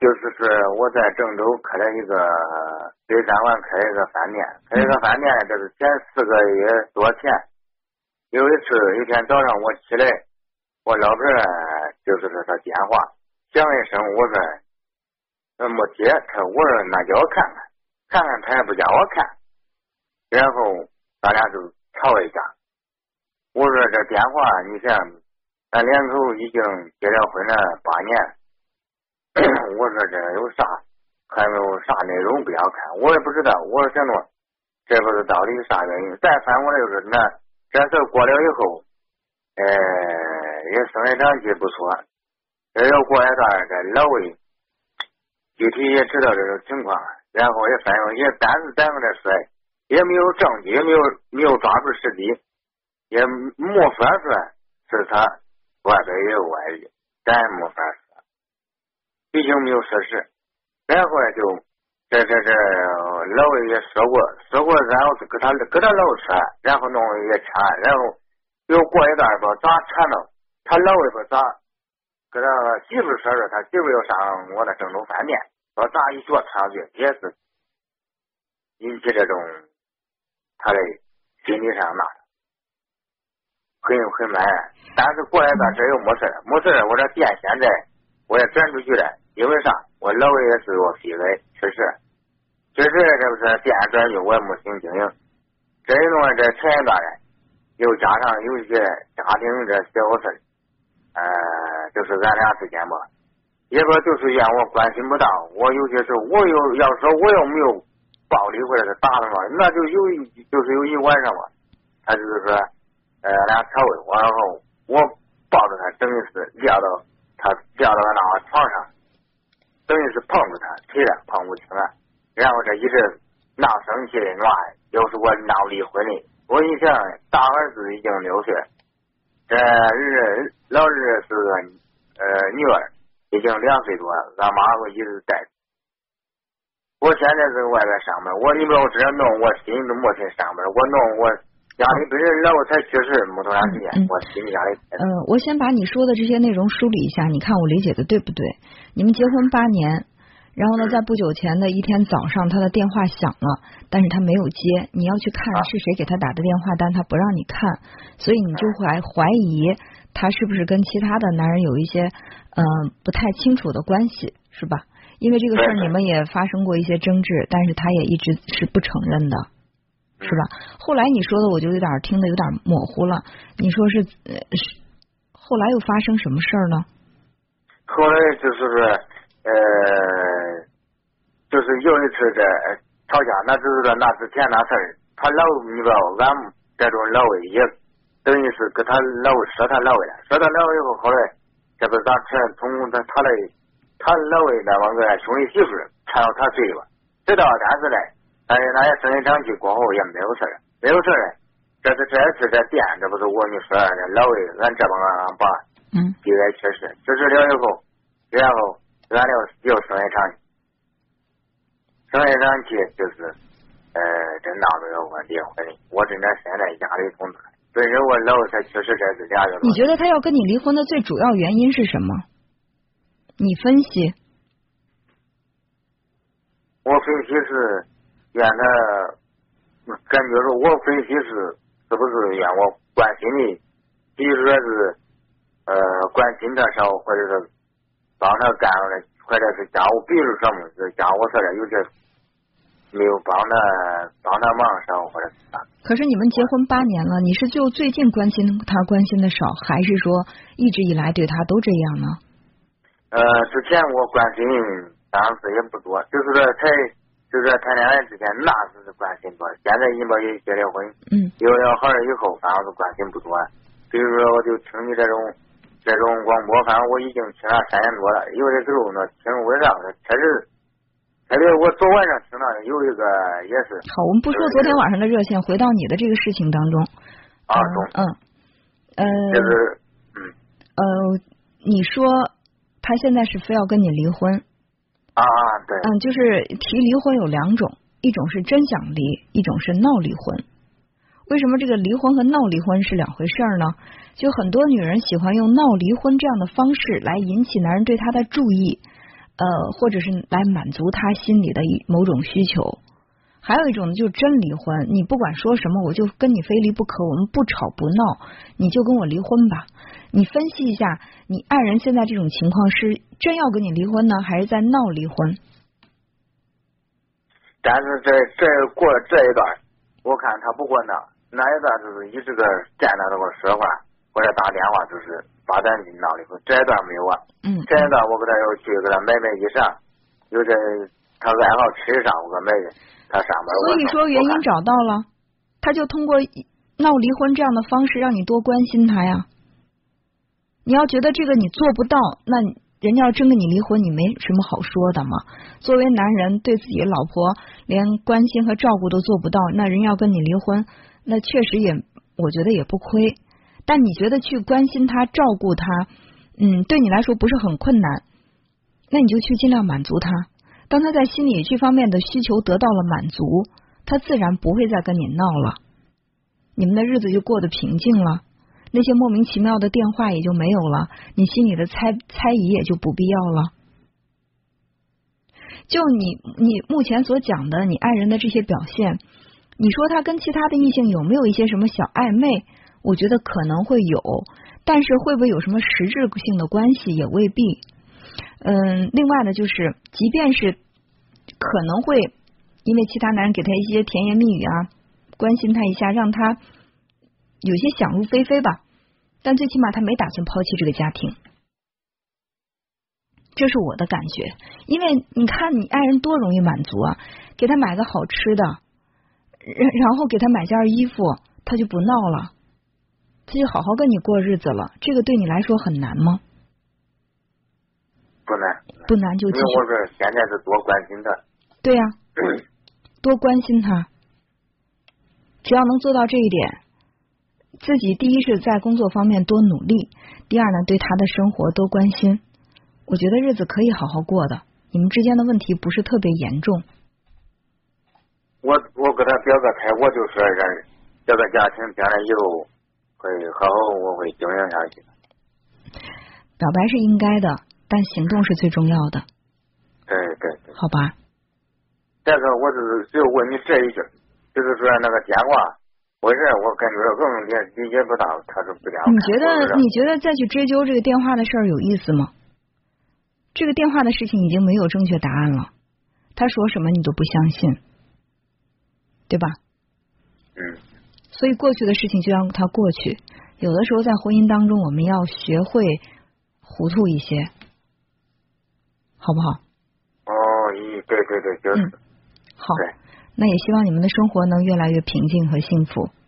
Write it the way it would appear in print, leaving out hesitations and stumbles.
就是我在郑州开了一个北三环开了一个饭店，开一个饭店这是前4个月多钱。有一天早上我起来，我老婆就是说他电话响一声，我说没接，我说那叫我看看，他也不叫我看，然后咱俩就吵一架。我说这电话你想，咱两口已经结了婚了8年。我说这有啥，还有啥内容不要看，我也不知道。我想着这不是到底啥原因。再反过来就是那这事过了以后，也生意长期不错，这要过一段这老魏具体也知道这种情况，然后也反映也单是咱们这说，也没有证据，也没有抓住实际，也没法说是他外边也有外遇，咱也没法说。毕竟没有事实，然后就这老魏也说过，然后给他老扯，然后弄也掐，然后又过一段不咋缠到他老魏不咋给他媳妇说他媳妇要上我的郑州饭店，说咋一脚插去，也是引起这种他的心理上那很埋怨。但是过一段这又没事，我这店现在我也转出去了。因为啥？我老魏也是我批改确实这不是店转去，我也没心经营。这一弄这钱大人，又加上有一些家庭这小事，就是咱俩之间吧，也不就是怨我关心不到。我有些时候我要说我又没有暴力或者是打他嘛，那就有一晚上吧，他就是说俩吵我，然后我抱着他，等于是撂到那床上。等于是碰着他腿了，碰不清了，然后这一直闹生气的话，又是我闹离婚的。我一想，大儿子已经6岁，这老儿是个女儿，已经2岁多了，俺妈我一直带。我现在在外边上班，你把我这样弄，我心里都没心上班，我弄我家里本人老才去世没多长时间，我心里压力。 我先把你说的这些内容梳理一下，你看我理解的对不对？你们结婚8年，然后呢，在不久前的一天早上，他的电话响了，但是他没有接。你要去看是谁给他打的电话，但他不让你看，所以你就会怀疑他是不是跟其他的男人有一些不太清楚的关系，是吧？因为这个事儿你们也发生过一些争执，但是他也一直是不承认的。是吧？后来你说的我就听得有点模糊了。你说是后来又发生什么事儿呢？ 后来就是有一次这吵架，那就是说那之前那事儿，他老你知道，俺这种老魏也等于是跟他老魏说他老魏了，说他老魏以后，后来这不是咋从他老魏那帮个兄弟媳妇缠到他嘴吧，直到但是呢。那些生意长期过后也没有事这次这店，这不是我跟你说的老魏，俺这帮俺爸批改确实了以后，然后俺又生意长期就是这闹着要我离婚的，我真的现在压力挺大。所以我老魏才确实这是2个多。 你觉得他要跟你离婚的最主要原因是什么？你分析。 我分析是。怨他，感觉说，我分析是不是怨我关心的，比如说是关心他少，或者是帮他干了，或者是家务，比如说是家务事的，有些没有帮他忙少，或者是啥。 可是你们结婚8年了，你是就最近关心他关心的少，还是说一直以来对他都这样呢？ 之前我关心当时也不多，就是说就是谈恋爱之前那是关心多，现在一把也结了婚，有了孩儿以后反而是关心不多。比如说我就听你这种广播，反正我已经听了3年多了，有的时候呢听为啥确实我昨晚上听到有一个也是。 好，我们不说昨天晚上的热线，回到你的这个事情当中。 就是你说他现在是非要跟你离婚。 对。 就是提离婚有2种，一种是真想离，一种是闹离婚。为什么这个离婚和闹离婚是2回事呢？就很多女人喜欢用闹离婚这样的方式来引起男人对她的注意， 或者是来满足他心里的某种需求。还有一种就是真离婚，你不管说什么，我就跟你非离不可，我们不吵不闹，你就跟我离婚吧。你分析一下，你爱人现在这种情况是真要跟你离婚呢，还是在闹离婚？ 但是过了这一段，我看他不过闹，那一段就是一直个见到这个说话或者打电话，就是把咱闹离婚。这一段没有啊，这一段我给他又去给他买衣裳，有这他爱好吃衣裳，我给买的。他上班。 所以说原因找到了，他就通过闹离婚这样的方式让你多关心他呀。你要觉得这个你做不到，那人家要真跟你离婚，你没什么好说的嘛。作为男人对自己的老婆连关心和照顾都做不到，那人要跟你离婚，那确实也我觉得也不亏。但你觉得去关心他照顾他对你来说不是很困难，那你就去尽量满足他。当他在心里这方面的需求得到了满足，他自然不会再跟你闹了，你们的日子就过得平静了，那些莫名其妙的电话也就没有了，你心里的猜疑也就不必要了。就你目前所讲的你爱人的这些表现，你说他跟其他的异性有没有一些什么小暧昧？我觉得可能会有，但是会不会有什么实质性的关系也未必。另外呢，就是即便是可能会因为其他男人给他一些甜言蜜语啊，关心他一下，让他有些想入非非吧，但最起码他没打算抛弃这个家庭，这是我的感觉。因为你看你爱人多容易满足啊，给他买个好吃的，然后给他买件衣服，他就不闹了，他就好好跟你过日子了，这个对你来说很难吗？ 不难， 不难就继续。 因为我是现在是多关心他。 对呀，多关心他。只要能做到这一点，自己第一是在工作方面多努力，第二呢，对他的生活多关心，我觉得日子可以好好过的。你们之间的问题不是特别严重。 我给他表个态，我就说让这个家庭将来以后会好好，我会经营下去。 表白是应该的，但行动是最重要的。 对， 好吧。 这个我只有问你这一句，就是说那个电话，我感觉更理解不到，他是不讲。 你觉得再去追究这个电话的事儿有意思吗？这个电话的事情已经没有正确答案了，他说什么你都不相信，对吧？所以过去的事情就让它过去。有的时候在婚姻当中，我们要学会糊涂一些，好不好？ 对，就是。 好，那也希望你们的生活能越来越平静和幸福。